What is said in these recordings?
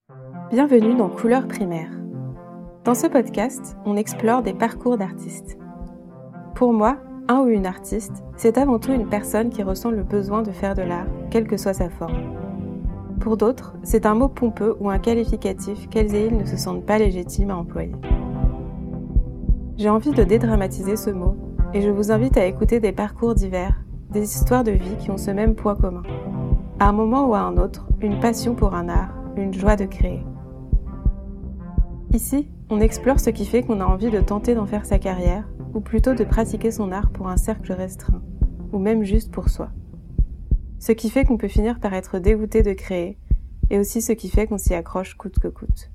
Bienvenue dans Couleurs primaires. Dans ce podcast, on explore des parcours d'artistes. Pour moi, un ou une artiste, c'est avant tout une personne qui ressent le besoin de faire de l'art, quelle que soit sa forme. Pour d'autres, c'est un mot pompeux ou un qualificatif qu'elles et ils ne se sentent pas légitimes à employer. J'ai envie de dédramatiser ce mot et je vous invite à écouter des parcours divers, des histoires de vie qui ont ce même poids commun. À un moment ou à un autre, une passion pour un art, une joie de créer. Ici, on explore ce qui fait qu'on a envie de tenter d'en faire sa carrière, ou plutôt de pratiquer son art pour un cercle restreint, ou même juste pour soi. Ce qui fait qu'on peut finir par être dégoûté de créer, et aussi ce qui fait qu'on s'y accroche coûte que coûte.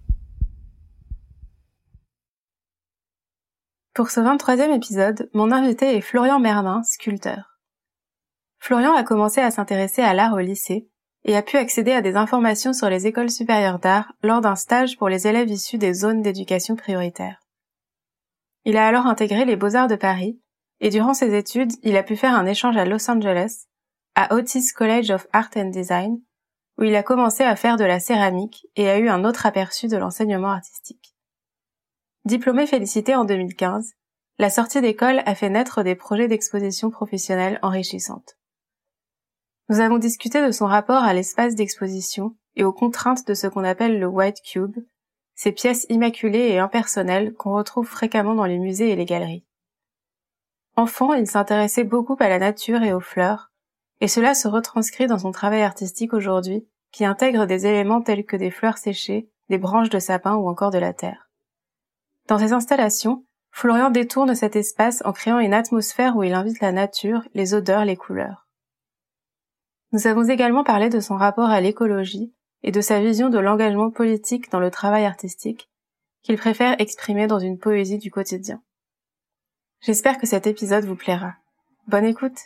Pour ce 23e épisode, mon invité est Florian Mermin, sculpteur. Florian a commencé à s'intéresser à l'art au lycée, et a pu accéder à des informations sur les écoles supérieures d'art lors d'un stage pour les élèves issus des zones d'éducation prioritaire. Il a alors intégré les Beaux-Arts de Paris, et durant ses études, il a pu faire un échange à Los Angeles, à Otis College of Art and Design, où il a commencé à faire de la céramique et a eu un autre aperçu de l'enseignement artistique. Diplômé félicité en 2015, la sortie d'école a fait naître des projets d'exposition professionnelle enrichissantes. Nous avons discuté de son rapport à l'espace d'exposition et aux contraintes de ce qu'on appelle le White Cube, ces pièces immaculées et impersonnelles qu'on retrouve fréquemment dans les musées et les galeries. Enfant, il s'intéressait beaucoup à la nature et aux fleurs, et cela se retranscrit dans son travail artistique aujourd'hui, qui intègre des éléments tels que des fleurs séchées, des branches de sapin ou encore de la terre. Dans ses installations, Florian détourne cet espace en créant une atmosphère où il invite la nature, les odeurs, les couleurs. Nous avons également parlé de son rapport à l'écologie et de sa vision de l'engagement politique dans le travail artistique, qu'il préfère exprimer dans une poésie du quotidien. J'espère que cet épisode vous plaira. Bonne écoute!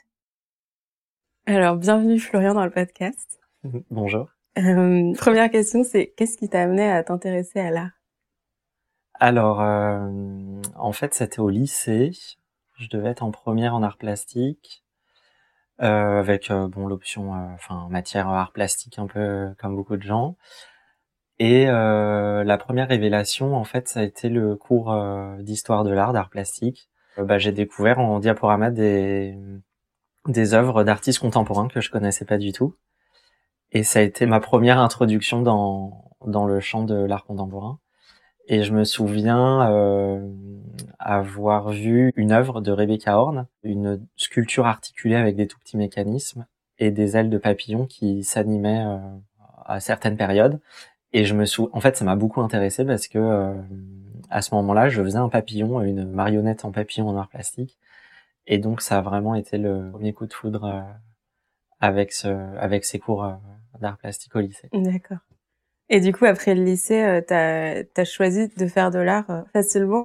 Alors, bienvenue Florian dans le podcast. Bonjour. Première question, c'est qu'est-ce qui t'a amené à t'intéresser à l'art? Alors, en fait, c'était au lycée. Je devais être en première en art plastique, avec l'option, matière art plastique, un peu comme beaucoup de gens. Et la première révélation, en fait, ça a été le cours d'histoire de l'art, d'art plastique. J'ai découvert en diaporama des œuvres d'artistes contemporains que je connaissais pas du tout. Et ça a été ma première introduction dans le champ de l'art contemporain. Et je me souviens avoir vu une œuvre de Rebecca Horn, une sculpture articulée avec des tout petits mécanismes et des ailes de papillon qui s'animaient à certaines périodes. Et en fait, ça m'a beaucoup intéressé parce que à ce moment-là, je faisais un papillon, une marionnette en papillon en art plastique. Et donc, ça a vraiment été le premier coup de foudre avec ces cours d'art plastique au lycée. D'accord. Et du coup, après le lycée, t'as choisi de faire de l'art facilement?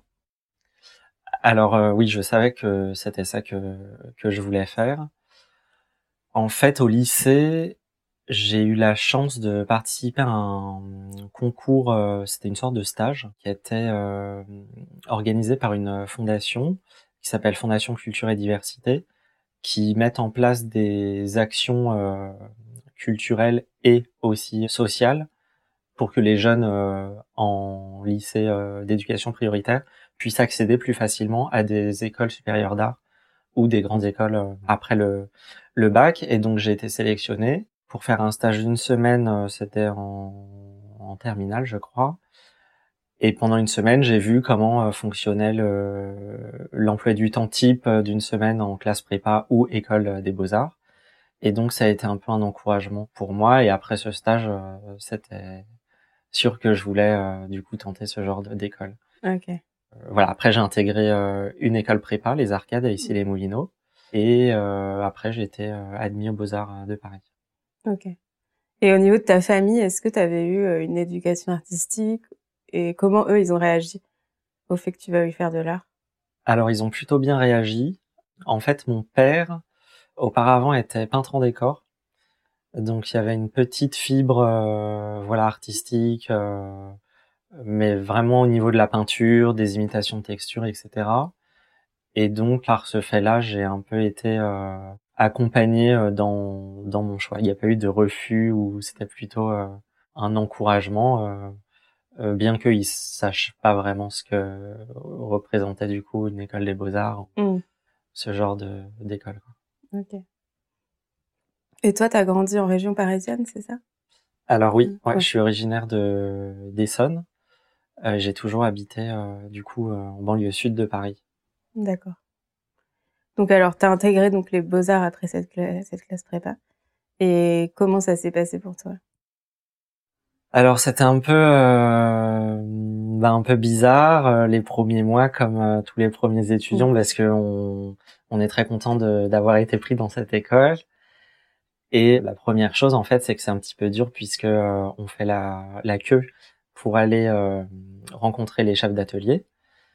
Alors oui, je savais que c'était ça que je voulais faire. En fait, au lycée, j'ai eu la chance de participer à un concours, c'était une sorte de stage qui était organisé par une fondation qui s'appelle Fondation Culture et Diversité, qui met en place des actions culturelles et aussi sociales pour que les jeunes en lycée d'éducation prioritaire puissent accéder plus facilement à des écoles supérieures d'art ou des grandes écoles après le bac. Et donc j'ai été sélectionné pour faire un stage d'une semaine, c'était en terminale, je crois. Et pendant une semaine, j'ai vu comment fonctionnait l'emploi du temps type d'une semaine en classe prépa ou école des beaux-arts. Et donc ça a été un peu un encouragement pour moi. Et après ce stage, c'était sûr que je voulais du coup tenter ce genre d'école. Ok. Voilà, après j'ai intégré une école prépa, les Arcades à Issy-les-Moulineaux, et après j'ai été admis aux Beaux-Arts de Paris. Ok. Et au niveau de ta famille, est-ce que tu avais eu une éducation artistique et comment eux, ils ont réagi au fait que tu veuilles faire de l'art? Alors ils ont plutôt bien réagi. En fait, mon père auparavant était peintre en décor, donc il y avait une petite fibre artistique, mais vraiment au niveau de la peinture, des imitations de textures, etc. Et donc par ce fait-là, j'ai un peu été accompagné dans mon choix. Il n'y a pas eu de refus ou c'était plutôt un encouragement, bien qu'ils sachent pas vraiment ce que représentait du coup une école des beaux-arts, ce genre d'école, quoi. Ok. Et toi, t'as grandi en région parisienne, c'est ça? Alors oui, ouais, Ouais. je suis originaire d'Essonne. J'ai toujours habité du coup en banlieue sud de Paris. D'accord. Donc alors, t'as intégré donc les beaux-arts après cette classe prépa. Et comment ça s'est passé pour toi? Alors c'était un peu bizarre les premiers mois comme tous les premiers étudiants parce que on est très content d'avoir été pris dans cette école. Et la première chose en fait, c'est que c'est un petit peu dur puisque on fait la queue pour aller rencontrer les chefs d'atelier.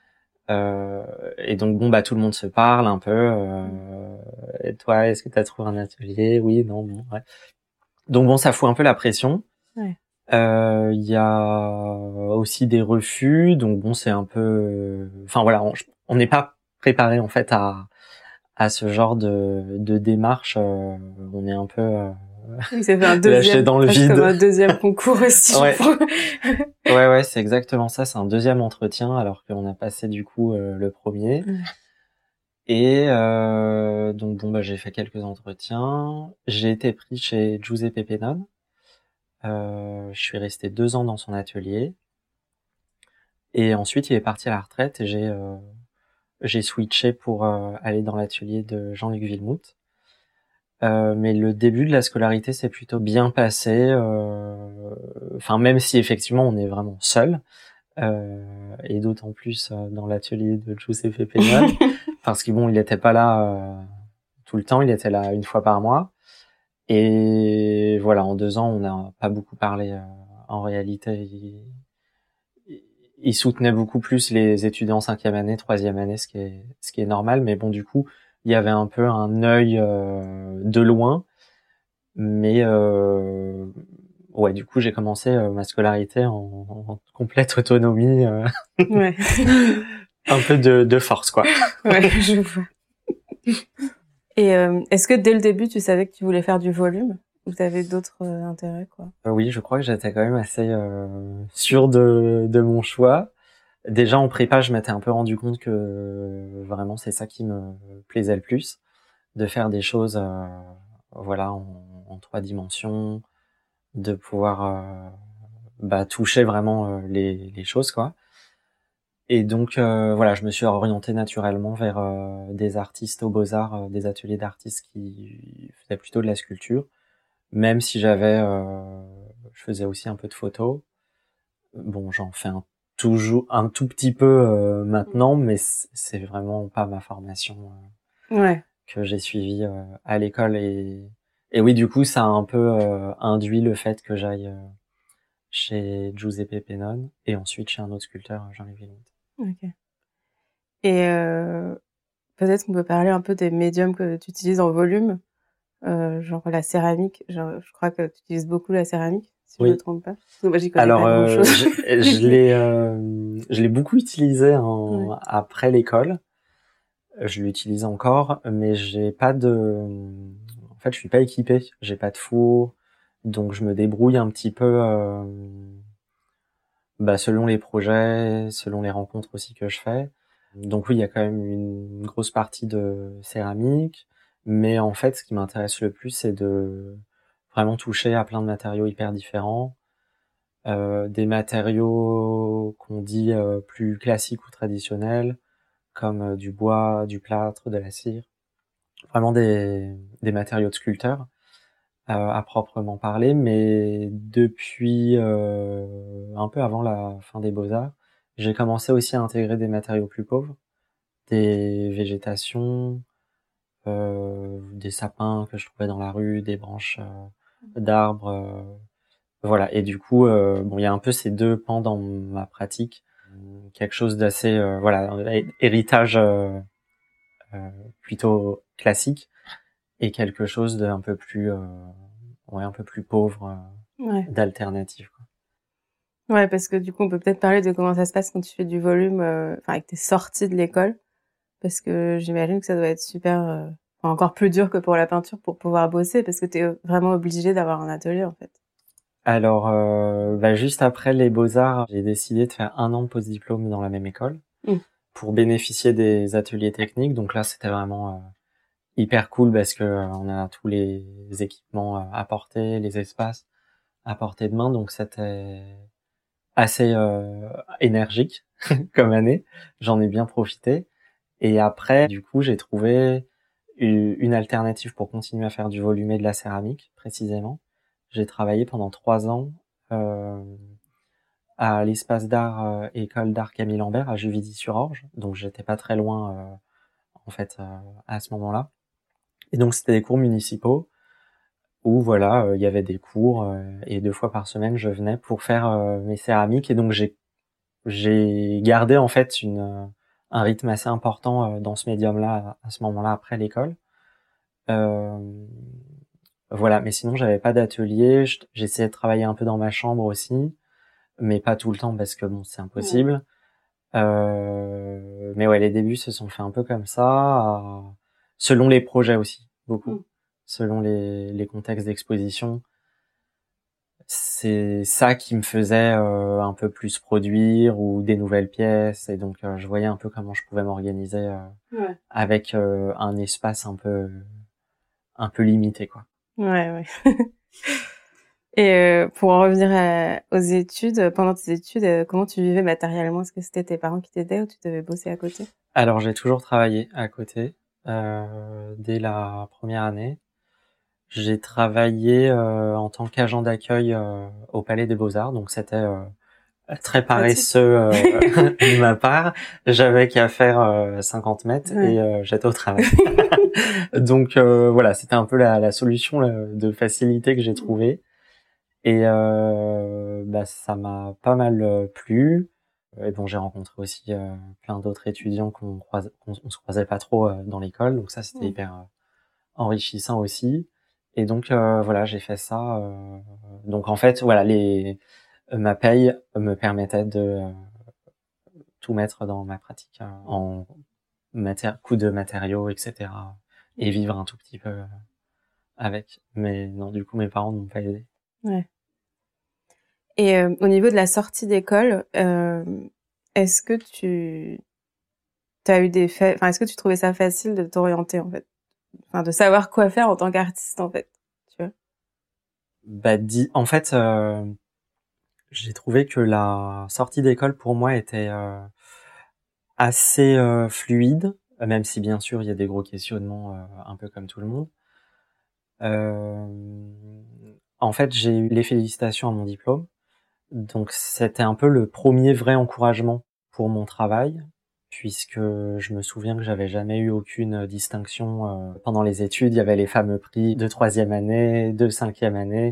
Et donc bon bah tout le monde se parle un peu. Et toi, est-ce que tu as trouvé un atelier? Oui, non, bon, ouais. Donc bon, ça fout un peu la pression. Ouais. Il y a aussi des refus, donc bon, c'est un peu, enfin voilà, on n'est pas préparé en fait à ce genre de démarche. On est un peu Oui, ça fait un lâché dans le presque vide. comme un deuxième concours aussi. Ouais. Ouais, c'est exactement ça. C'est un deuxième entretien alors qu'on a passé du coup le premier. Et donc bon, bah j'ai fait quelques entretiens. J'ai été pris chez Giuseppe Pennone. Je suis resté 2 ans dans son atelier. Et ensuite, il est parti à la retraite et j'ai switché pour aller dans l'atelier de Jean-Luc Villemout. Mais le début de la scolarité s'est plutôt bien passé. Enfin, même si effectivement on est vraiment seul, et d'autant plus dans l'atelier de Giuseppe Pennone, parce que bon, il était pas là tout le temps, il était là une fois par mois. Et voilà, en 2 ans, on n'a pas beaucoup parlé. En réalité, il soutenait beaucoup plus les étudiants en 5e année, 3e année, ce qui est normal. Mais bon, du coup, il y avait un peu un œil de loin. Mais ouais, du coup, j'ai commencé ma scolarité en complète autonomie, Ouais. un peu de force, quoi. Ouais, je vois. Et est-ce que dès le début, tu savais que tu voulais faire du volume ou t'avais d'autres intérêts, quoi? Oui, je crois que j'étais quand même assez sûr de mon choix. Déjà en prépa, je m'étais un peu rendu compte que vraiment c'est ça qui me plaisait le plus, de faire des choses voilà en 3 dimensions, de pouvoir toucher vraiment les choses, quoi. Et donc voilà, je me suis orienté naturellement vers des artistes aux Beaux-Arts, des ateliers d'artistes qui faisaient plutôt de la sculpture, même si je faisais aussi un peu de photos. Bon, j'en fais toujours un tout petit peu maintenant, mais c'est vraiment pas ma formation Ouais. que j'ai suivie à l'école. Et oui, du coup, ça a un peu induit le fait que j'aille chez Giuseppe Pennone et ensuite chez un autre sculpteur, Jean-Luc Villemout. Ok. Et peut-être qu'on peut parler un peu des médiums que tu utilises en volume, genre la céramique. Genre, je crois que tu utilises beaucoup la céramique, si je me Oui. trompe pas. Parce que moi, j'y connais Alors, pas grand-chose. je l'ai beaucoup utilisé Ouais. après l'école. Je l'utilise encore, mais j'ai pas en fait, je suis pas équipé. J'ai pas de four, donc je me débrouille un petit peu, selon les projets, selon les rencontres aussi que je fais. Donc oui, il y a quand même une grosse partie de céramique, mais en fait, ce qui m'intéresse le plus, c'est de vraiment toucher à plein de matériaux hyper différents. Des matériaux qu'on dit plus classiques ou traditionnels, comme du bois, du plâtre, de la cire. Vraiment des matériaux de sculpteurs à proprement parler, mais depuis un peu avant la fin des Beaux-Arts, j'ai commencé aussi à intégrer des matériaux plus pauvres, des végétations, des sapins que je trouvais dans la rue, des branches d'arbres, voilà. Et du coup, bon, il y a un peu ces deux pans dans ma pratique, quelque chose d'assez, voilà, héritage plutôt classique et quelque chose d'un peu plus, ouais, un peu plus pauvre, Ouais. d'alternative, quoi. Ouais, parce que du coup, on peut peut-être parler de comment ça se passe quand tu fais du volume, enfin, avec tes sorties de l'école. Parce que j'imagine que ça doit être super, encore plus dur que pour la peinture pour pouvoir bosser, parce que t'es vraiment obligé d'avoir un atelier, en fait. Alors, juste après les Beaux-Arts, j'ai décidé de faire 1 an de post-diplôme dans la même école pour bénéficier des ateliers techniques. Donc là, c'était vraiment hyper cool parce que on a tous les équipements à portée, les espaces à portée de main. Donc c'était assez énergique comme année. J'en ai bien profité. Et après, du coup, j'ai trouvé une alternative pour continuer à faire du volume et de la céramique, précisément. J'ai travaillé pendant 3 ans à l'espace d'art école d'art Camille Lambert à Juvisy-sur-Orge, donc j'étais pas très loin en fait à ce moment-là. Et donc c'était des cours municipaux où voilà, il y avait des cours et 2 fois par semaine je venais pour faire mes céramiques. Et donc j'ai gardé en fait un rythme assez important dans ce médium-là à ce moment-là après l'école. Voilà, mais sinon j'avais pas d'atelier. J'essayais de travailler un peu dans ma chambre aussi, mais pas tout le temps parce que bon, c'est impossible. Mais ouais, les débuts se sont faits un peu comme ça, selon les projets aussi, beaucoup, selon les contextes d'exposition. C'est ça qui me faisait un peu plus produire ou des nouvelles pièces, et donc je voyais un peu comment je pouvais m'organiser avec un espace un peu limité, quoi. Ouais. Et pour en revenir aux études, pendant tes études, comment tu vivais matériellement? Est-ce que c'était tes parents qui t'aidaient ou tu devais bosser à côté? Alors j'ai toujours travaillé à côté dès la première année. J'ai travaillé en tant qu'agent d'accueil au Palais des Beaux-Arts, donc c'était très paresseux de ma part. J'avais qu'à faire 50 mètres et j'étais au travail. Donc voilà, c'était un peu la solution de facilité que j'ai trouvée. Et ça m'a pas mal plu. Et bon, j'ai rencontré aussi plein d'autres étudiants qu'on se croisait pas trop dans l'école, donc ça c'était hyper enrichissant aussi. Et donc voilà, j'ai fait ça. Donc en fait, voilà, ma paye me permettait de tout mettre dans ma pratique en coût de matériaux, etc. Et vivre un tout petit peu avec. Mais non, du coup, mes parents ne m'ont pas aidé. Ouais. Et au niveau de la sortie d'école, est-ce que t'as eu est-ce que tu trouvais ça facile de t'orienter en fait, enfin de savoir quoi faire en tant qu'artiste en fait, tu vois? En fait, j'ai trouvé que la sortie d'école pour moi était assez fluide, même si bien sûr il y a des gros questionnements un peu comme tout le monde. En fait, j'ai eu les félicitations à mon diplôme, donc c'était un peu le premier vrai encouragement pour mon travail, puisque je me souviens que j'avais jamais eu aucune distinction pendant les études. Il y avait les fameux prix de 3e année, de 5e année,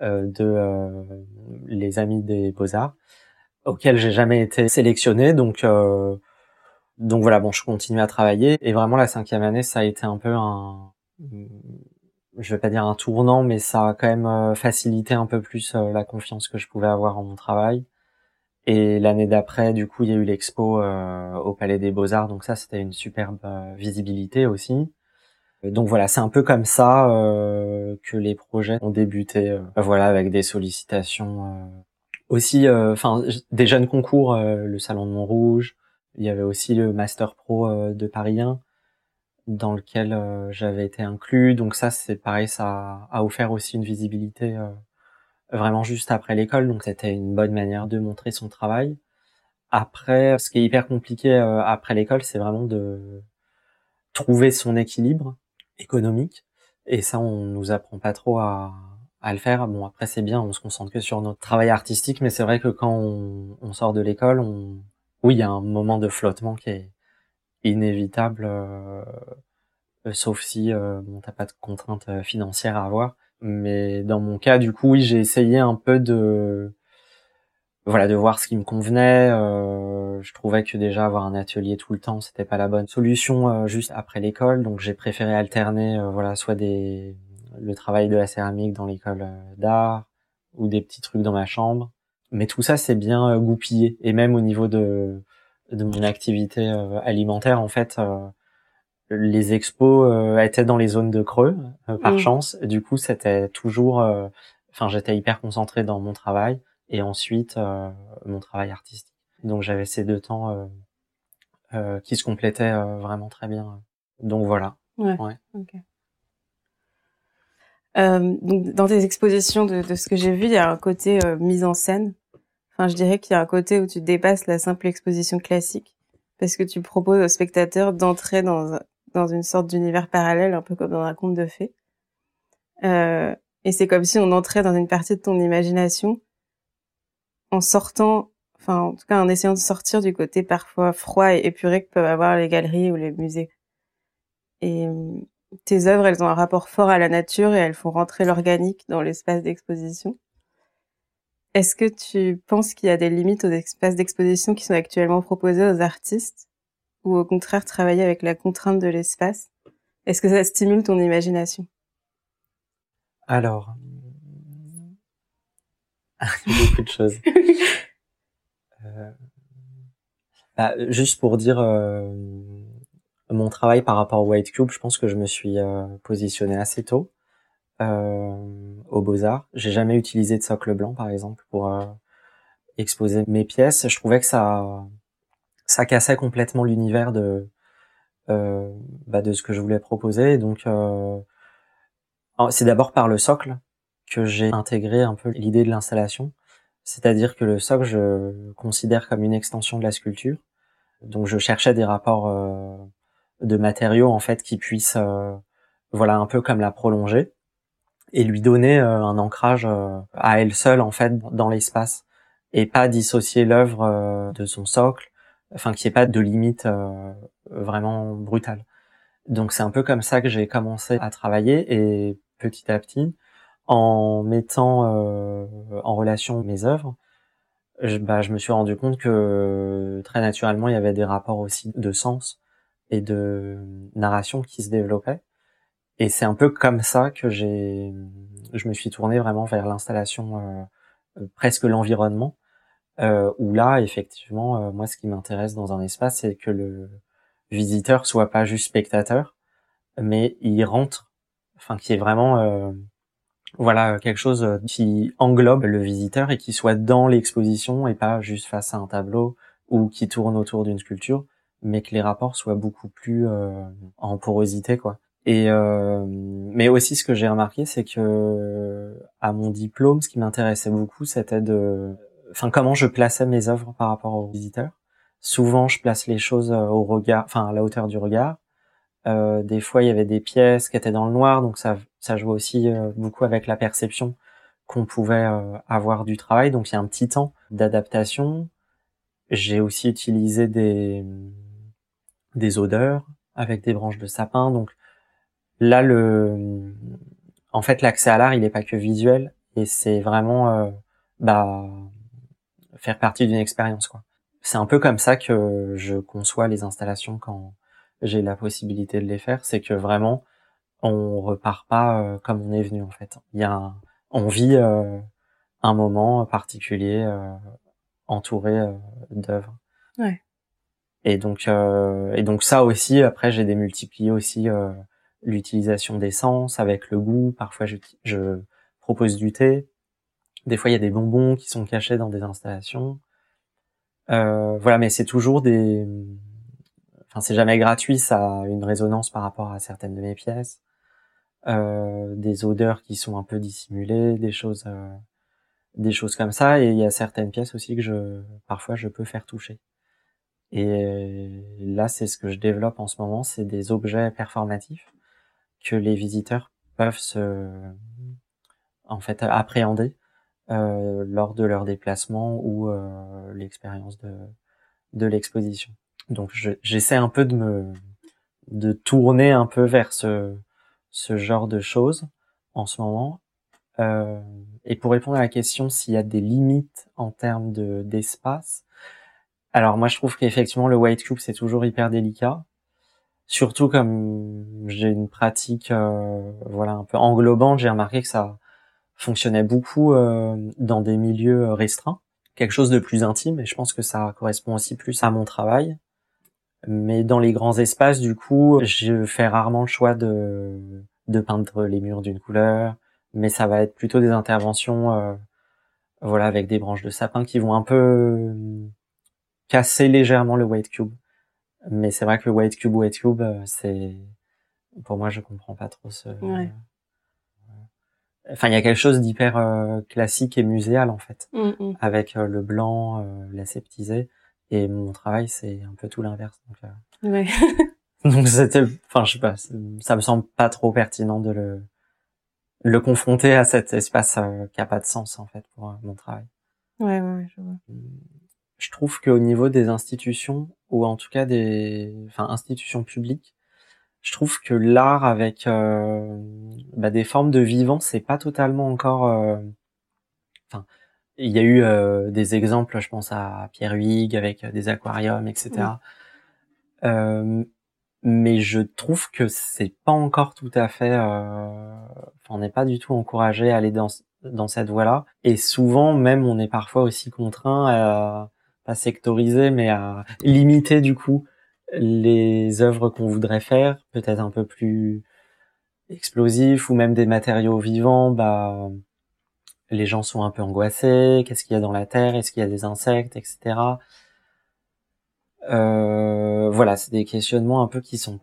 les amis des Beaux-Arts, auxquels j'ai jamais été sélectionné. Donc voilà, bon, je continue à travailler, et vraiment la 5e année, ça a été un peu je vais pas dire un tournant, mais ça a quand même facilité un peu plus la confiance que je pouvais avoir en mon travail. Et l'année d'après, du coup, il y a eu l'expo au Palais des Beaux-Arts, donc ça, c'était une superbe visibilité aussi. Donc voilà, c'est un peu comme ça que les projets ont débuté, voilà, avec des sollicitations aussi, des jeunes concours, le Salon de Montrouge. Il y avait aussi le Master Pro de Paris 1, dans lequel j'avais été inclus. Donc ça, c'est pareil, ça a offert aussi une visibilité vraiment juste après l'école. Donc c'était une bonne manière de montrer son travail. Après, ce qui est hyper compliqué après l'école, c'est vraiment de trouver son équilibre économique. Et ça, on nous apprend pas trop à le faire. Bon, après, c'est bien, on se concentre que sur notre travail artistique, mais c'est vrai que quand on sort de l'école, oui, il y a un moment de flottement qui est inévitable, sauf si bon, t'as pas de contraintes financières à avoir. Mais dans mon cas, du coup, oui, j'ai essayé un peu de voir ce qui me convenait. Je trouvais que déjà avoir un atelier tout le temps, c'était pas la bonne solution juste après l'école, donc j'ai préféré alterner soit le travail de la céramique dans l'école d'art ou des petits trucs dans ma chambre. Mais tout ça c'est bien goupillé, et même au niveau de mon activité alimentaire, en fait, les expos étaient dans les zones de creux par chance. Du coup, c'était toujours enfin j'étais hyper concentré dans mon travail et ensuite mon travail artistique. Donc j'avais ces deux temps qui se complétaient vraiment très bien. Donc voilà. Ouais. Ouais. Ok. Donc dans tes expositions de ce que j'ai vu, il y a un côté mise en scène. Enfin, je dirais qu'il y a un côté où tu dépasses la simple exposition classique parce que tu proposes aux spectateurs d'entrer dans une sorte d'univers parallèle, un peu comme dans un conte de fées. Et c'est comme si on entrait dans une partie de ton imagination en sortant, enfin en tout cas en essayant de sortir du côté parfois froid et épuré que peuvent avoir les galeries ou les musées. Et tes œuvres, elles ont un rapport fort à la nature et elles font rentrer l'organique dans l'espace d'exposition. Est-ce que tu penses qu'il y a des limites aux espaces d'exposition qui sont actuellement proposés aux artistes ou au contraire travailler avec la contrainte de l'espace? Est-ce que ça stimule ton imagination? Alors, beaucoup de choses. Juste pour dire mon travail par rapport au White Cube, je pense que je me suis positionné assez tôt aux Beaux-Arts. J'ai jamais utilisé de socle blanc, par exemple, pour exposer mes pièces. Je trouvais que ça cassait complètement l'univers de ce que je voulais proposer. Donc, c'est d'abord par le socle que j'ai intégré un peu l'idée de l'installation. C'est-à-dire que le socle, je considère comme une extension de la sculpture. Donc, je cherchais des rapports de matériaux en fait qui puissent, voilà, un peu comme la prolonger et lui donner un ancrage à elle seule en fait dans l'espace et pas dissocier l'œuvre de son socle, enfin qu'il n'y ait pas de limite vraiment brutale. Donc c'est un peu comme ça que j'ai commencé à travailler et petit à petit, en mettant en relation mes œuvres, je me suis rendu compte que très naturellement il y avait des rapports aussi de sens et de narration qui se développaient. Et c'est un peu comme ça que je me suis tourné vraiment vers l'installation, presque l'environnement, où là, effectivement, moi, ce qui m'intéresse dans un espace, c'est que le visiteur soit pas juste spectateur, mais il rentre, enfin, qu'il y ait vraiment, voilà, quelque chose qui englobe le visiteur et qui soit dans l'exposition et pas juste face à un tableau ou qui tourne autour d'une sculpture, mais que les rapports soient beaucoup plus en porosité, quoi. Et mais aussi ce que j'ai remarqué, c'est que à mon diplôme, ce qui m'intéressait beaucoup, c'était enfin comment je plaçais mes œuvres par rapport aux visiteurs. Souvent, je place les choses au regard, enfin à la hauteur du regard. Des fois, il y avait des pièces qui étaient dans le noir, donc ça jouait aussi beaucoup avec la perception qu'on pouvait avoir du travail. Donc il y a un petit temps d'adaptation. J'ai aussi utilisé des odeurs avec des branches de sapin. Donc là, en fait, l'accès à l'art, il est pas que visuel, et c'est vraiment, bah, faire partie d'une expérience, quoi. C'est un peu comme ça que je conçois les installations quand j'ai la possibilité de les faire. C'est que vraiment, on repart pas comme on est venu, en fait. On vit un moment particulier entouré d'œuvres. Ouais. Et donc ça aussi, après, j'ai démultiplié aussi l'utilisation d'essence avec le goût. Parfois, je propose du thé. Des fois, il y a des bonbons qui sont cachés dans des installations. Voilà, mais c'est toujours enfin, c'est jamais gratuit. Ça a une résonance par rapport à certaines de mes pièces. Des odeurs qui sont un peu dissimulées, des choses comme ça. Et il y a certaines pièces aussi que parfois, je peux faire toucher. Et là, c'est ce que je développe en ce moment, c'est des objets performatifs que les visiteurs peuvent en fait, appréhender lors de leur déplacement ou l'expérience de l'exposition. Donc, j'essaie un peu de tourner un peu vers ce genre de choses en ce moment. Et pour répondre à la question s'il y a des limites en termes d'espace, alors moi je trouve qu'effectivement le white cube c'est toujours hyper délicat, surtout comme j'ai une pratique voilà un peu englobante. J'ai remarqué que ça fonctionnait beaucoup dans des milieux restreints, quelque chose de plus intime, et je pense que ça correspond aussi plus à mon travail. Mais dans les grands espaces, du coup, je fais rarement le choix de peindre les murs d'une couleur, mais ça va être plutôt des interventions, voilà, avec des branches de sapin qui vont un peu casser légèrement le white cube. Mais c'est vrai que le white cube, c'est, pour moi, je comprends pas trop ce. Ouais. Enfin, il y a quelque chose d'hyper classique et muséal en fait, avec le blanc, l'aseptisé. Et mon travail, c'est un peu tout l'inverse. Ouais. Donc c'était, enfin, je sais pas, ça me semble pas trop pertinent de le confronter à cet espace qui a pas de sens en fait pour mon travail. Ouais, je vois. Je trouve qu'au niveau des institutions, ou en tout cas enfin, institutions publiques, je trouve que l'art avec des formes de vivant, c'est pas totalement encore. Enfin, il y a eu des exemples, je pense à Pierre Huyghe avec des aquariums, etc. Mais je trouve que c'est pas encore tout à fait. On n'est pas du tout encouragé à aller dans cette voie-là. Et souvent, même, on est parfois aussi contraint à pas sectoriser, mais à limiter du coup les œuvres qu'on voudrait faire, peut-être un peu plus explosifs ou même des matériaux vivants. Les gens sont un peu angoissés. Qu'est-ce qu'il y a dans la terre? Est-ce qu'il y a des insectes, etc. Voilà, c'est des questionnements un peu qui sont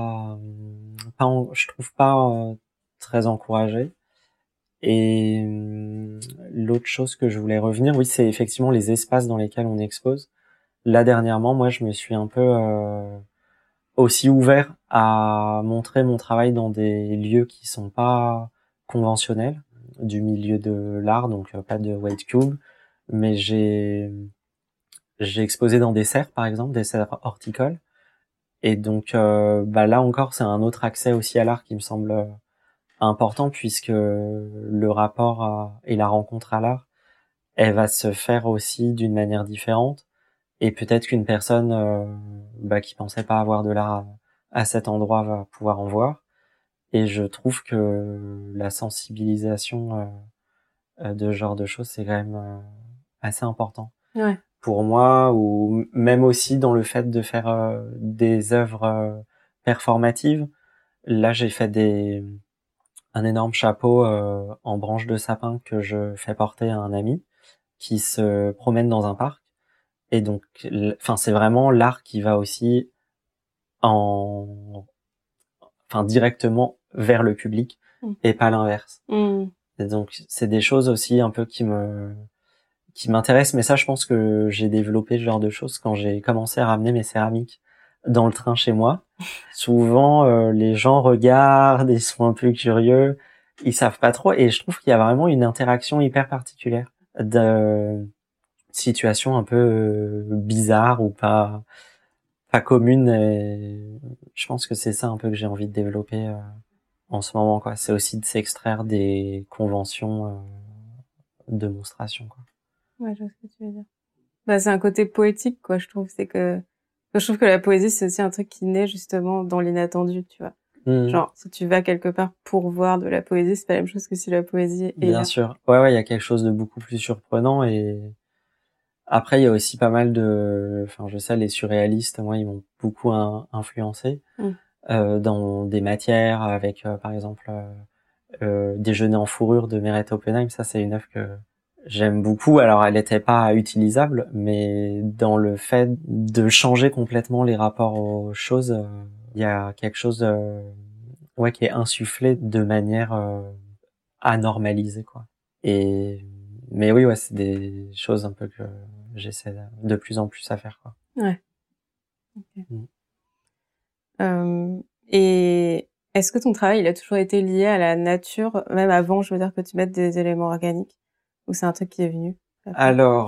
je trouve pas très encouragés. Et l'autre chose que je voulais revenir, oui, c'est effectivement les espaces dans lesquels on expose. Là, dernièrement, moi, je me suis un peu aussi ouvert à montrer mon travail dans des lieux qui sont pas conventionnels du milieu de l'art, donc pas de white cube, mais j'ai exposé dans des serres, par exemple, des serres horticoles. Et donc là encore, c'est un autre accès aussi à l'art qui me semble important, puisque le rapport et la rencontre à l'art, elle va se faire aussi d'une manière différente. Et peut-être qu'une personne qui pensait pas avoir de l'art à cet endroit va pouvoir en voir. Et je trouve que la sensibilisation de ce genre de choses, c'est quand même assez important. Ouais. Pour moi, ou même aussi dans le fait de faire des œuvres performatives. Là, j'ai fait un énorme chapeau en branche de sapin que je fais porter à un ami qui se promène dans un parc. Et donc, enfin, c'est vraiment l'art qui va aussi directement vers le public et pas l'inverse. Et donc, c'est des choses aussi un peu qui m'intéressent. Mais ça, je pense que j'ai développé ce genre de choses quand j'ai commencé à ramener mes céramiques dans le train chez moi. Souvent, les gens regardent, ils sont un peu curieux, ils savent pas trop. Et je trouve qu'il y a vraiment une interaction hyper particulière de situations un peu bizarres ou pas communes. Et je pense que c'est ça un peu que j'ai envie de développer en ce moment, quoi. C'est aussi de s'extraire des conventions de monstration, quoi. Ouais, je vois ce que tu veux dire. C'est un côté poétique, quoi, je trouve. Je trouve que la poésie, c'est aussi un truc qui naît justement dans l'inattendu, tu vois. Genre, si tu vas quelque part pour voir de la poésie, c'est pas la même chose que si la poésie est Bien là. sûr. Ouais, il y a quelque chose de beaucoup plus surprenant. Et après, il y a aussi pas mal enfin, je sais, les surréalistes, moi, ils m'ont beaucoup influencé dans des matières avec, par exemple, Déjeuner en fourrure de Meret Oppenheim. Ça, c'est une œuvre que j'aime beaucoup. Alors, elle n'était pas utilisable, mais dans le fait de changer complètement les rapports aux choses, il y a quelque chose, qui est insufflé de manière anormalisée, quoi. Mais oui, ouais, c'est des choses un peu que j'essaie de plus en plus à faire, quoi. Ouais. Okay. Et est-ce que ton travail, il a toujours été lié à la nature, même avant, je veux dire, que tu mettes des éléments organiques, ou c'est un truc qui est venu après? Alors,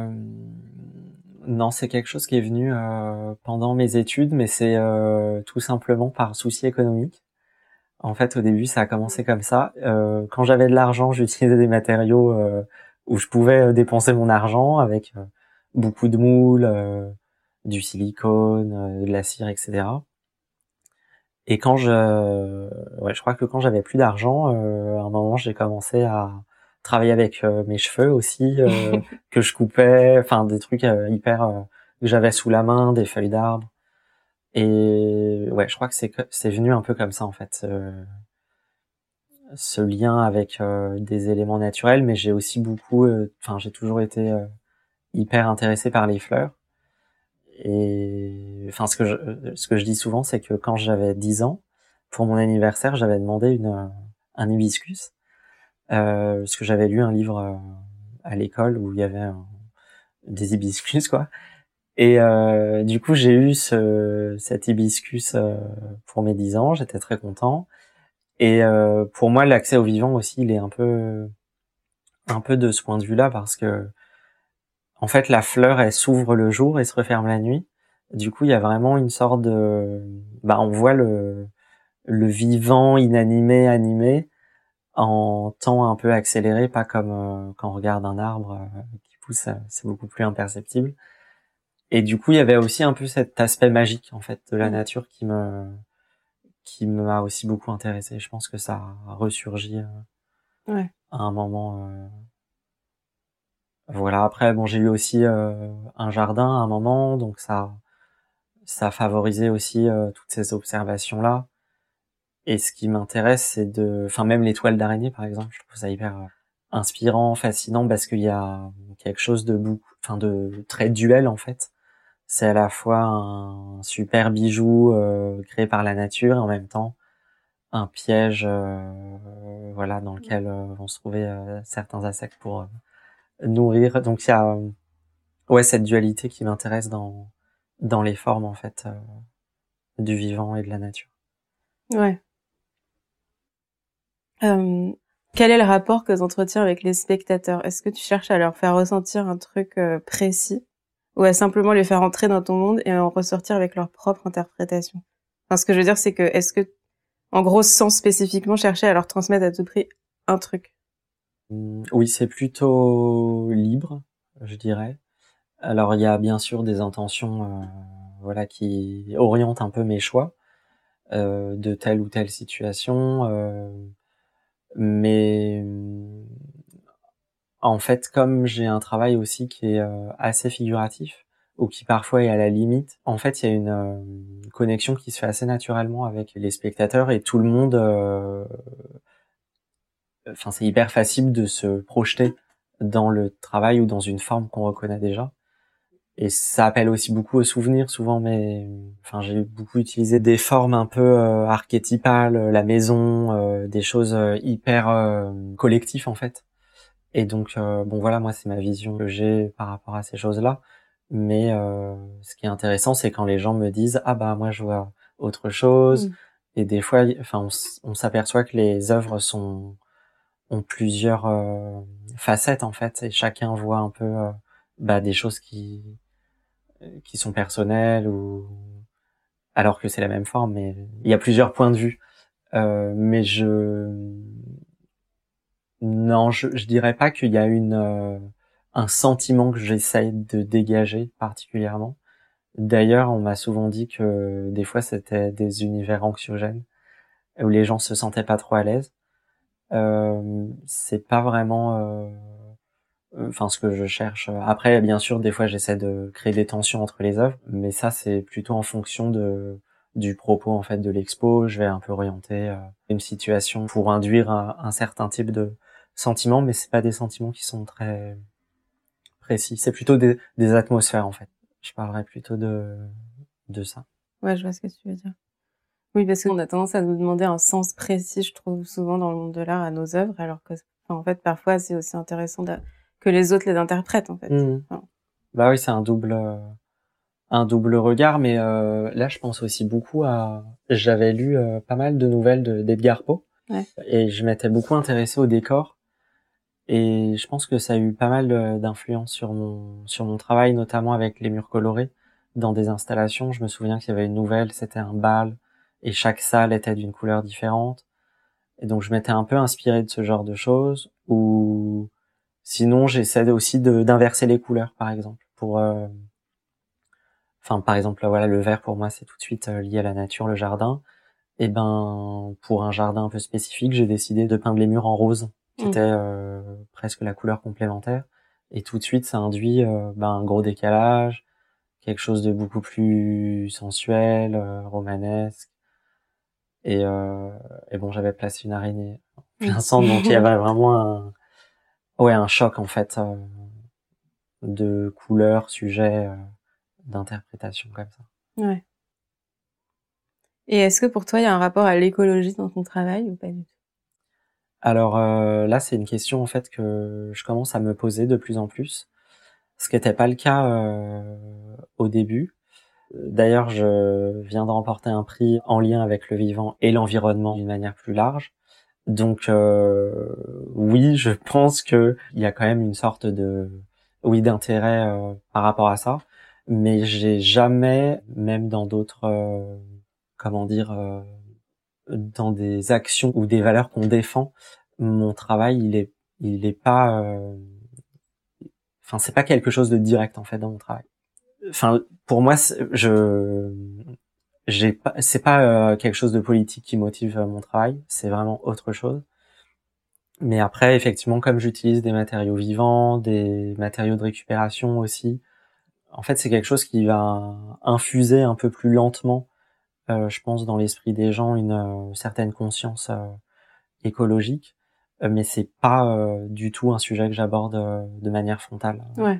non, c'est quelque chose qui est venu pendant mes études, mais c'est tout simplement par souci économique. En fait, au début, ça a commencé comme ça. Quand j'avais de l'argent, j'utilisais des matériaux où je pouvais dépenser mon argent avec beaucoup de moules, du silicone, de la cire, etc. Et je crois que quand j'avais plus d'argent, à un moment, j'ai commencé à travailler avec mes cheveux aussi, que je coupais, enfin des trucs hyper que j'avais sous la main, des feuilles d'arbre. Et ouais, je crois que c'est venu un peu comme ça en fait. ce lien avec des éléments naturels, mais j'ai aussi beaucoup, j'ai toujours été hyper intéressé par les fleurs. Et ce que je dis souvent, c'est que quand j'avais 10 ans, pour mon anniversaire, j'avais demandé un hibiscus, parce que j'avais lu un livre à l'école où il y avait des hibiscus, quoi. Et du coup, j'ai eu cet hibiscus pour mes 10 ans. J'étais très content. Et pour moi, l'accès au vivant aussi, il est un peu de ce point de vue-là, parce que en fait, la fleur, elle s'ouvre le jour et se referme la nuit. Du coup, il y a vraiment une sorte on voit le vivant, inanimé, animé, en temps un peu accéléré, pas comme quand on regarde un arbre qui pousse, c'est beaucoup plus imperceptible. Et du coup, il y avait aussi un peu cet aspect magique, en fait, de la nature qui m'a aussi beaucoup intéressé. Je pense que ça a ressurgi à un moment. Voilà. Après, bon, j'ai eu aussi un jardin à un moment, donc ça favorisait aussi toutes ces observations-là. Et ce qui m'intéresse, c'est même les toiles d'araignée, par exemple, je trouve ça hyper inspirant, fascinant, parce qu'il y a quelque chose de très duel, en fait. C'est à la fois un super bijou créé par la nature, et en même temps un piège, dans lequel vont se trouver certains insectes pour nourrir. Donc il y a cette dualité qui m'intéresse dans les formes, en fait, du vivant et de la nature. Ouais. Quel est le rapport que tu entretiens avec les spectateurs? Est-ce que tu cherches à leur faire ressentir un truc précis, ou à simplement les faire entrer dans ton monde et en ressortir avec leur propre interprétation? Enfin, ce que je veux dire, c'est que est-ce que, en gros, sans spécifiquement chercher à leur transmettre à tout prix un truc? Oui, c'est plutôt libre, je dirais. Alors il y a bien sûr des intentions qui orientent un peu mes choix de telle ou telle situation, mais en fait, comme j'ai un travail aussi qui est assez figuratif, ou qui parfois est à la limite, en fait il y a une connexion qui se fait assez naturellement avec les spectateurs, et tout le monde c'est hyper facile de se projeter dans le travail ou dans une forme qu'on reconnaît déjà. Et ça appelle aussi beaucoup au souvenir souvent, mais j'ai beaucoup utilisé des formes un peu archétypales, la maison, des choses hyper collectives, en fait. Et donc moi c'est ma vision que j'ai par rapport à ces choses-là. Mais ce qui est intéressant, c'est quand les gens me disent ah bah moi je vois autre chose. Et des fois on s'aperçoit que les œuvres ont plusieurs facettes, en fait, et chacun voit un peu des choses qui sont personnelles, ou alors que c'est la même forme, mais il y a plusieurs points de vue. Mais je dirais pas qu'il y a un sentiment que j'essaye de dégager particulièrement. D'ailleurs, on m'a souvent dit que des fois c'était des univers anxiogènes où les gens se sentaient pas trop à l'aise. C'est pas vraiment ce que je cherche. Après, bien sûr, des fois j'essaie de créer des tensions entre les œuvres, mais ça c'est plutôt en fonction du propos, en fait, de l'expo. Je vais un peu orienter une situation pour induire un certain type de sentiment, mais c'est pas des sentiments qui sont très précis. C'est plutôt des atmosphères, en fait. Je parlerais plutôt de ça. Ouais, je vois ce que tu veux dire. Oui, parce qu'on a tendance à nous demander un sens précis, je trouve, souvent dans le monde de l'art, à nos œuvres, alors que, en fait, parfois, c'est aussi intéressant que les autres les interprètent, en fait. Bah oui, c'est un double regard, mais là, je pense aussi beaucoup j'avais lu pas mal de nouvelles d'Edgar Poe, et je m'étais beaucoup intéressé au décor, et je pense que ça a eu pas mal d'influence sur mon travail, notamment avec les murs colorés dans des installations. Je me souviens qu'il y avait une nouvelle, c'était un bal, et chaque salle était d'une couleur différente, et donc je m'étais un peu inspiré de ce genre de choses. Ou sinon, j'essaie aussi d'inverser les couleurs, par exemple, par exemple, voilà, le vert pour moi c'est tout de suite lié à la nature, le jardin. Et pour un jardin un peu spécifique, j'ai décidé de peindre les murs en rose, qui était presque la couleur complémentaire. Et tout de suite, ça induit un gros décalage, quelque chose de beaucoup plus sensuel, romanesque. Et bon, j'avais placé une araignée. plein centre. Donc il y avait vraiment un choc en fait de couleurs, sujets, d'interprétation comme ça. Ouais. Et est-ce que pour toi, il y a un rapport à l'écologie dans ton travail ou pas du tout? Alors là, c'est une question en fait que je commence à me poser de plus en plus, ce qui n'était pas le cas au début. D'ailleurs, je viens de remporter un prix en lien avec le vivant et l'environnement d'une manière plus large. Donc oui, je pense que il y a quand même une sorte de d'intérêt par rapport à ça, mais j'ai jamais, même dans d'autres dans des actions ou des valeurs qu'on défend, mon travail il est pas c'est pas quelque chose de direct en fait dans mon travail. Enfin pour moi c'est pas quelque chose de politique qui motive mon travail, c'est vraiment autre chose. Mais après, effectivement, comme j'utilise des matériaux vivants, des matériaux de récupération aussi, en fait, c'est quelque chose qui va infuser un peu plus lentement, je pense, dans l'esprit des gens une certaine conscience écologique. Mais c'est pas du tout un sujet que j'aborde de manière frontale. Ouais.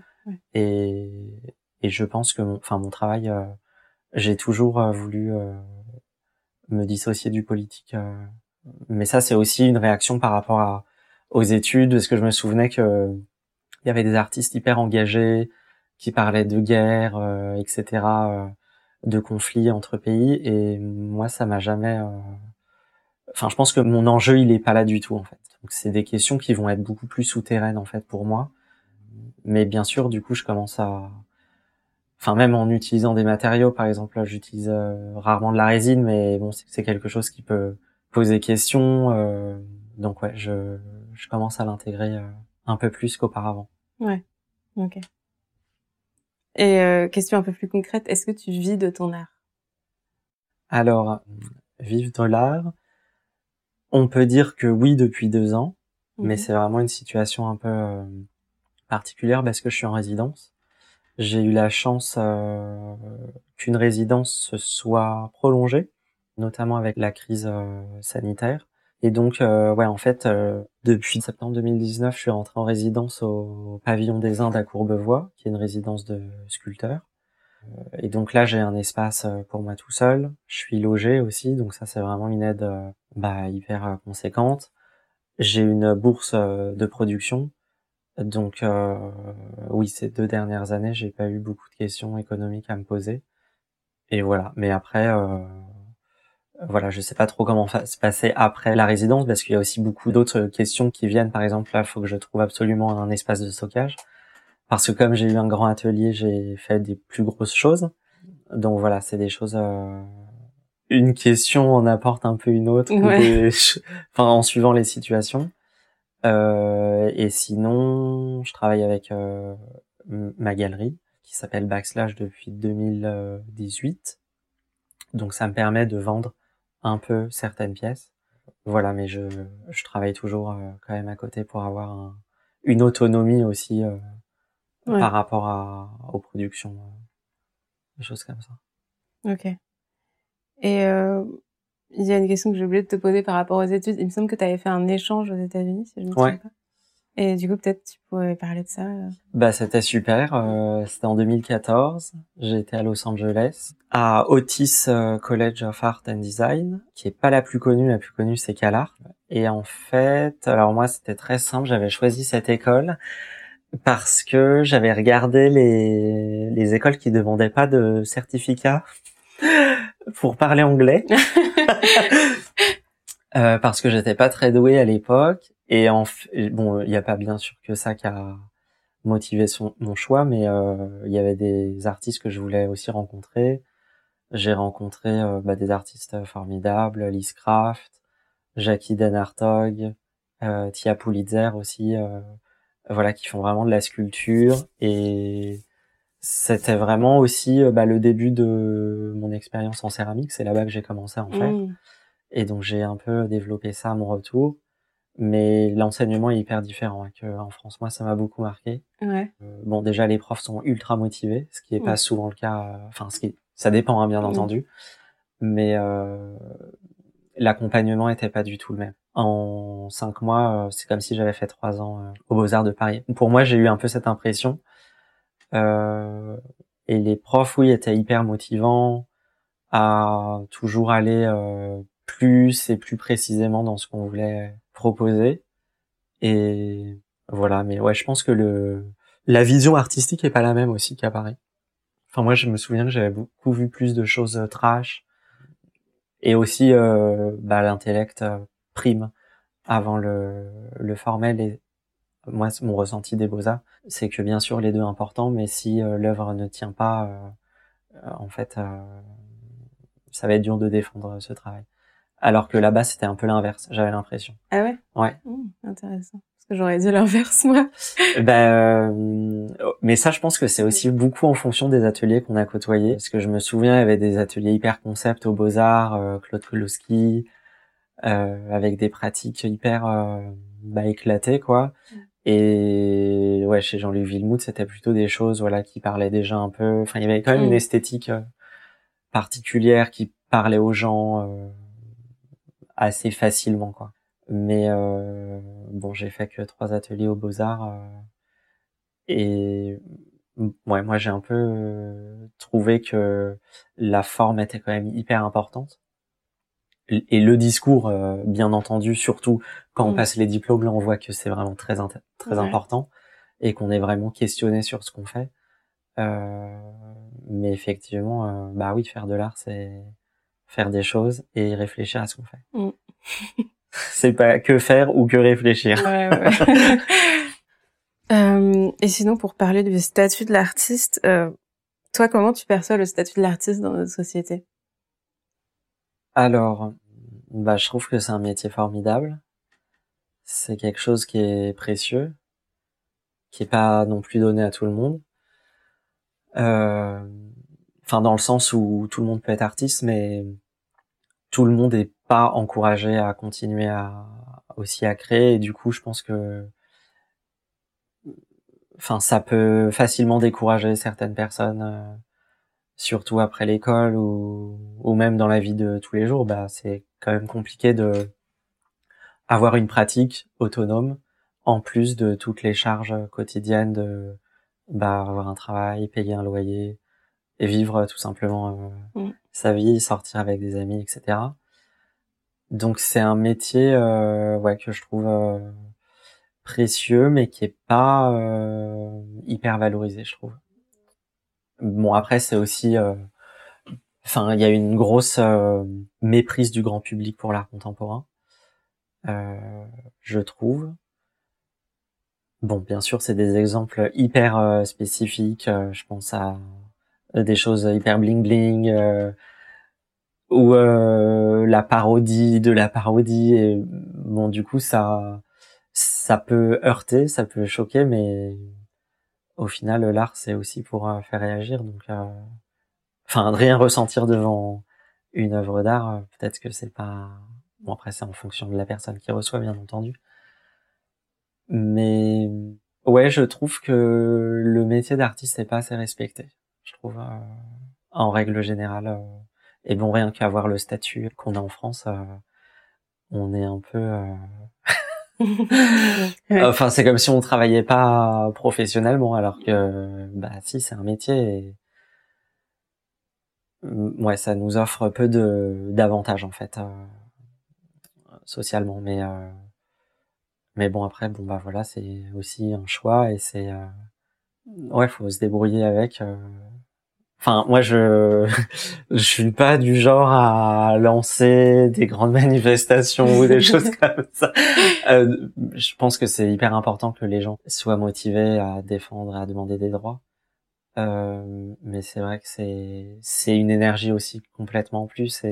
Et je pense que mon travail, j'ai toujours voulu me dissocier du politique. Mais ça, c'est aussi une réaction par rapport aux études, parce que je me souvenais que il y avait des artistes hyper engagés qui parlaient de guerre, etc., de conflits entre pays, et moi, ça m'a jamais. Je pense que mon enjeu, il est pas là du tout, en fait. Donc, c'est des questions qui vont être beaucoup plus souterraines, en fait, pour moi. Mais bien sûr, du coup, je commence même en utilisant des matériaux, par exemple, là, j'utilise rarement de la résine, mais bon, c'est quelque chose qui peut poser question. Donc ouais, je commence à l'intégrer un peu plus qu'auparavant. Ouais. Ok. Et question un peu plus concrète, est-ce que tu vis de ton art? Alors, vivre de l'art, on peut dire que oui depuis 2 ans, mais c'est vraiment une situation un peu particulière parce que je suis en résidence. J'ai eu la chance qu'une résidence se soit prolongée, notamment avec la crise sanitaire. Et donc, en fait, depuis septembre 2019, je suis rentré en résidence au Pavillon des Indes à Courbevoie, qui est une résidence de sculpteurs. Et donc là, j'ai un espace pour moi tout seul. Je suis logé aussi, donc ça, c'est vraiment une aide hyper conséquente. J'ai une bourse de production. Donc oui, ces 2 dernières années, j'ai pas eu beaucoup de questions économiques à me poser. Et voilà. Mais après, voilà, je sais pas trop comment se passer après la résidence, parce qu'il y a aussi beaucoup d'autres questions qui viennent. Par exemple, là, il faut que je trouve absolument un espace de stockage, parce que comme j'ai eu un grand atelier, j'ai fait des plus grosses choses. Donc voilà, c'est des choses. Une question en apporte un peu une autre, Ouais. en suivant les situations. Et sinon, je travaille avec ma galerie qui s'appelle Backslash depuis 2018. Donc ça me permet de vendre un peu certaines pièces. Voilà, mais je travaille toujours quand même à côté pour avoir une autonomie aussi par rapport aux productions, des choses comme ça. Ok. Et il y a une question que j'ai oublié de te poser par rapport aux études. Il me semble que tu avais fait un échange aux États-Unis, si je me trompe pas. Et du coup, peut-être tu pourrais parler de ça. C'était super. C'était en 2014. J'étais à Los Angeles, à Otis College of Art and Design, qui est pas la plus connue. La plus connue, c'est CalArts. Et en fait, alors moi, c'était très simple. J'avais choisi cette école parce que j'avais regardé les écoles qui demandaient pas de certificat pour parler anglais. Parce que j'étais pas très doué à l'époque. Et bon, il y a pas bien sûr que ça qui a motivé mon choix, mais il y avait des artistes que je voulais aussi rencontrer. J'ai rencontré des artistes formidables, Lise Craft, Jackie Den Hartog, Tia Pulitzer aussi, voilà, qui font vraiment de la sculpture. Et c'était vraiment aussi le début de mon expérience en céramique. C'est là-bas que j'ai commencé à en faire. Et donc j'ai un peu développé ça à mon retour. Mais l'enseignement est hyper différent qu'en France. Moi, ça m'a beaucoup marqué. Ouais. Bon, déjà, les profs sont ultra motivés, ce qui est pas souvent le cas. Ça dépend, hein, bien entendu. Mais l'accompagnement était pas du tout le même. en 5 mois, c'est comme si j'avais fait 3 ans aux Beaux-Arts de Paris. Pour moi, j'ai eu un peu cette impression. Et les profs, oui, étaient hyper motivants à toujours aller plus et plus précisément dans ce qu'on voulait proposer. Et voilà, mais ouais, je pense que la vision artistique est pas la même aussi qu'à Paris. Enfin, moi, je me souviens que j'avais beaucoup vu plus de choses trash, et aussi l'intellect prime avant le formel. Et moi, mon ressenti des Beaux-Arts, c'est que bien sûr les deux importants, mais si l'œuvre ne tient pas, en fait, ça va être dur de défendre ce travail. Alors que là-bas, c'était un peu l'inverse, j'avais l'impression. Ah ouais? Ouais. Intéressant. Parce que j'aurais dit l'inverse, moi. Mais ça, je pense que c'est aussi beaucoup en fonction des ateliers qu'on a côtoyés. Parce que je me souviens, il y avait des ateliers hyper concept aux Beaux-Arts, Claude Kolowski, avec des pratiques hyper éclatées, quoi. Et ouais, chez Jean-Luc Villemout, c'était plutôt des choses, voilà, qui parlaient déjà un peu. Enfin, il y avait quand même une esthétique particulière qui parlait aux gens assez facilement, quoi. Mais bon, j'ai fait que 3 ateliers aux Beaux-Arts et ouais, moi j'ai un peu trouvé que la forme était quand même hyper importante. Et le discours, bien entendu, surtout quand on passe les diplômes, là on voit que c'est vraiment très important et qu'on est vraiment questionné sur ce qu'on fait. Mais effectivement, bah oui, faire de l'art, c'est faire des choses et réfléchir à ce qu'on fait. C'est pas que faire ou que réfléchir. Ouais. Et sinon, pour parler du statut de l'artiste, toi, comment tu perçois le statut de l'artiste dans notre société? Alors, je trouve que c'est un métier formidable. C'est quelque chose qui est précieux, qui est pas non plus donné à tout le monde. Enfin, dans le sens où tout le monde peut être artiste, mais tout le monde n'est pas encouragé à continuer aussi à créer. Et du coup, je pense que, enfin, ça peut facilement décourager certaines personnes, surtout après l'école ou même dans la vie de tous les jours. C'est quand même compliqué de avoir une pratique autonome en plus de toutes les charges quotidiennes de avoir un travail, payer un loyer et vivre tout simplement sa vie, sortir avec des amis, etc. Donc c'est un métier que je trouve précieux, mais qui est pas hyper valorisé, je trouve. Bon, après c'est aussi il y a une grosse méprise du grand public pour l'art contemporain, je trouve. Bon, bien sûr, c'est des exemples hyper spécifiques. Je pense à des choses hyper bling bling ou la parodie de la parodie. Et bon, du coup, ça peut heurter, ça peut choquer, mais au final, l'art, c'est aussi pour faire réagir. Donc, rien ressentir devant une œuvre d'art, peut-être que c'est pas. Bon, après, c'est en fonction de la personne qui reçoit, bien entendu. Mais ouais, je trouve que le métier d'artiste n'est pas assez respecté. Je trouve, en règle générale. Et bon, rien qu'avoir le statut qu'on a en France, on est un peu. Enfin, c'est comme si on travaillait pas professionnellement, alors que, si, c'est un métier. Et ouais, ça nous offre peu d'avantages en fait, socialement. Mais bon, après, voilà, c'est aussi un choix et c'est. Ouais, faut se débrouiller avec. Enfin, moi, je suis pas du genre à lancer des grandes manifestations ou des choses comme ça. Je pense que c'est hyper important que les gens soient motivés à défendre, à demander des droits. Mais c'est vrai que c'est une énergie aussi complètement en plus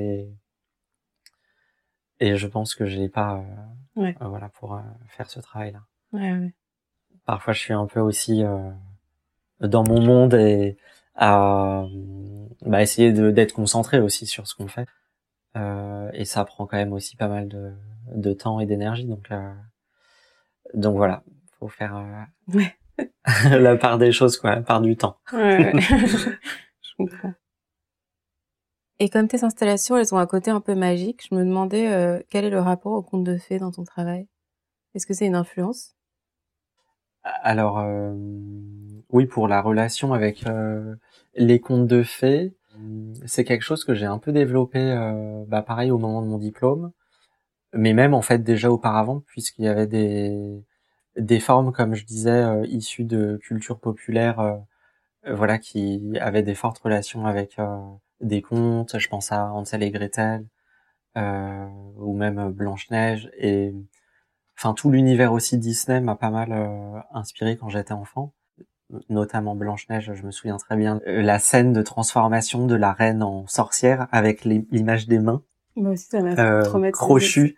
et je pense que j'ai pas voilà pour faire ce travail-là. Ouais. Parfois, je suis un peu aussi dans mon monde et à essayer d'être concentré aussi sur ce qu'on fait. Et ça prend quand même aussi pas mal de temps et d'énergie, donc voilà, faut faire la part des choses, quoi, la part du temps. Ouais. Je comprends. Et comme tes installations, elles ont un côté un peu magique, je me demandais quel est le rapport aux contes de fées dans ton travail. Est-ce que c'est une influence? Alors, oui, pour la relation avec les contes de fées, c'est quelque chose que j'ai un peu développé, pareil au moment de mon diplôme, mais même en fait déjà auparavant, puisqu'il y avait des formes, comme je disais, issues de culture populaire, voilà, qui avaient des fortes relations avec des contes. Je pense à Hansel et Gretel, ou même Blanche-Neige, et enfin tout l'univers aussi Disney m'a pas mal inspiré quand j'étais enfant, notamment Blanche-Neige. Je me souviens très bien la scène de transformation de la reine en sorcière avec l'image des mains Moi aussi, ça m'a traumatisée. crochues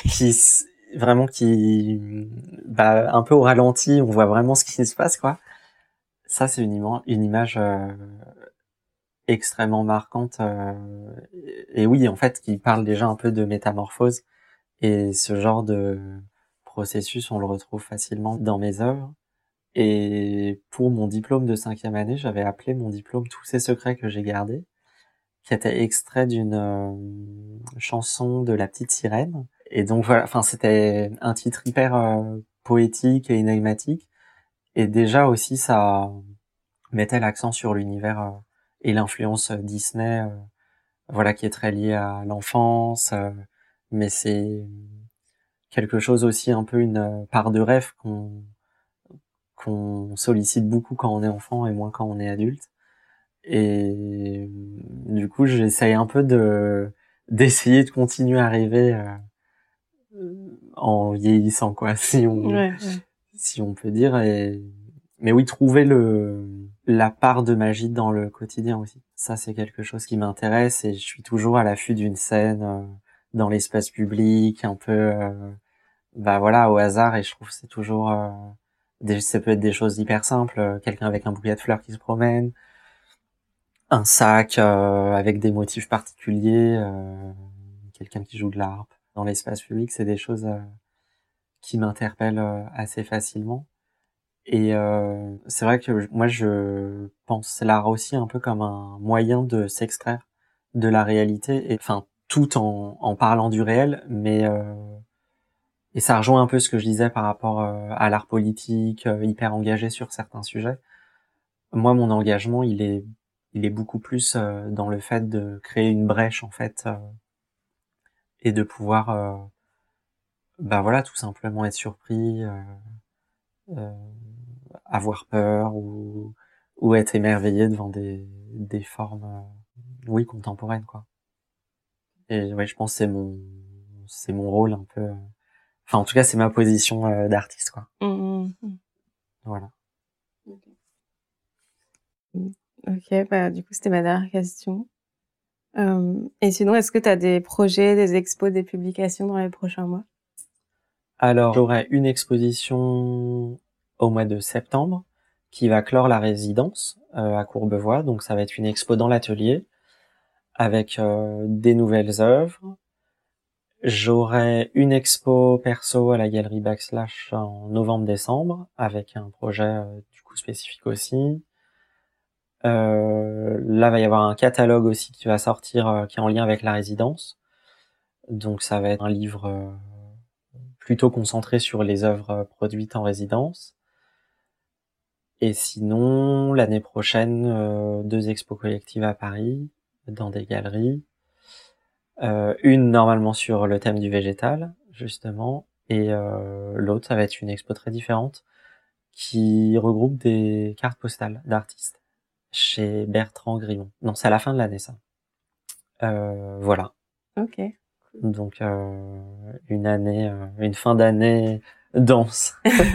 qui un peu au ralenti, on voit vraiment ce qui se passe, quoi. Ça, c'est une image extrêmement marquante, et oui, en fait, qui parle déjà un peu de métamorphose, et ce genre de processus, on le retrouve facilement dans mes œuvres. Et pour mon diplôme de 5e année, j'avais appelé mon diplôme Tous ces secrets que j'ai gardés, qui était extrait d'une chanson de La Petite Sirène. Et donc voilà, enfin c'était un titre hyper poétique et énigmatique. Et déjà aussi, ça mettait l'accent sur l'univers et l'influence Disney, voilà, qui est très liée à l'enfance. Mais c'est quelque chose aussi, un peu une part de rêve qu'on sollicite beaucoup quand on est enfant et moins quand on est adulte. Et du coup, j'essaye un peu d'essayer de continuer à rêver en vieillissant, quoi, si on peut dire. Mais oui, trouver la part de magie dans le quotidien aussi. Ça, c'est quelque chose qui m'intéresse, et je suis toujours à l'affût d'une scène dans l'espace public, un peu voilà, au hasard, et je trouve que c'est toujours ça peut être des choses hyper simples, quelqu'un avec un bouquet de fleurs qui se promène, un sac avec des motifs particuliers, quelqu'un qui joue de la harpe dans l'espace public. C'est des choses qui m'interpellent assez facilement. Et c'est vrai que moi je pense l'art aussi un peu comme un moyen de s'extraire de la réalité, et enfin tout en parlant du réel, mais et ça rejoint un peu ce que je disais par rapport à l'art politique, hyper engagé sur certains sujets. Moi, mon engagement, il est beaucoup plus dans le fait de créer une brèche, en fait, et de pouvoir, voilà, tout simplement être surpris, euh, avoir peur, ou être émerveillé devant des formes, oui, contemporaines, quoi. Et ouais, je pense que c'est mon rôle un peu. Enfin, en tout cas, c'est ma position d'artiste, quoi. Voilà. Ok, du coup, c'était ma dernière question. Et sinon, est-ce que tu as des projets, des expos, des publications dans les prochains mois? Alors, j'aurai une exposition au mois de septembre qui va clore la résidence à Courbevoie. Donc, ça va être une expo dans l'atelier avec des nouvelles œuvres. J'aurai une expo perso à la galerie Backslash en novembre-décembre avec un projet du coup spécifique aussi. Là, va y avoir un catalogue aussi qui va sortir, qui est en lien avec la résidence. Donc, ça va être un livre plutôt concentré sur les œuvres produites en résidence. Et sinon, l'année prochaine, 2 expos collectives à Paris, dans des galeries. Une normalement sur le thème du végétal, justement, et l'autre, ça va être une expo très différente qui regroupe des cartes postales d'artistes chez Bertrand Grimont. Non, c'est à la fin de l'année, ça. Voilà. Ok. Donc une fin d'année dense.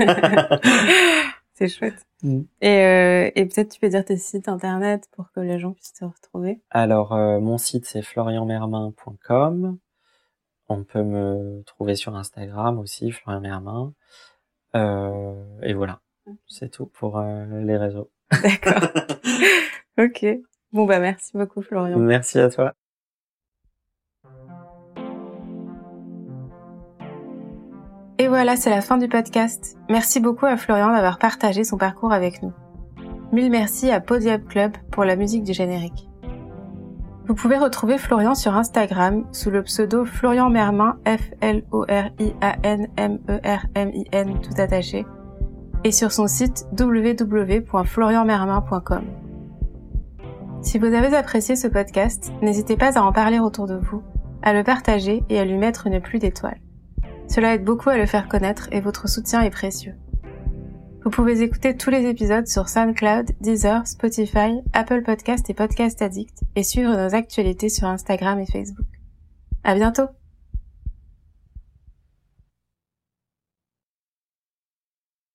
C'est chouette. Et peut-être tu peux dire tes sites internet pour que les gens puissent te retrouver. Alors mon site c'est florianmermin.com. On peut me trouver sur Instagram aussi, Florian Mermin. Et voilà, c'est tout pour les réseaux. D'accord. Ok. Bon merci beaucoup Florian. Merci à toi. Et voilà, c'est la fin du podcast. Merci beaucoup à Florian d'avoir partagé son parcours avec nous. Mille merci à Podium Club pour la musique du générique. Vous pouvez retrouver Florian sur Instagram sous le pseudo Florian Mermin, FLORIANMERMIN tout attaché, et sur son site www.florianmermin.com. Si vous avez apprécié ce podcast, n'hésitez pas à en parler autour de vous, à le partager et à lui mettre une pluie d'étoiles. Cela aide beaucoup à le faire connaître et votre soutien est précieux. Vous pouvez écouter tous les épisodes sur SoundCloud, Deezer, Spotify, Apple Podcast et Podcast Addict et suivre nos actualités sur Instagram et Facebook. À bientôt!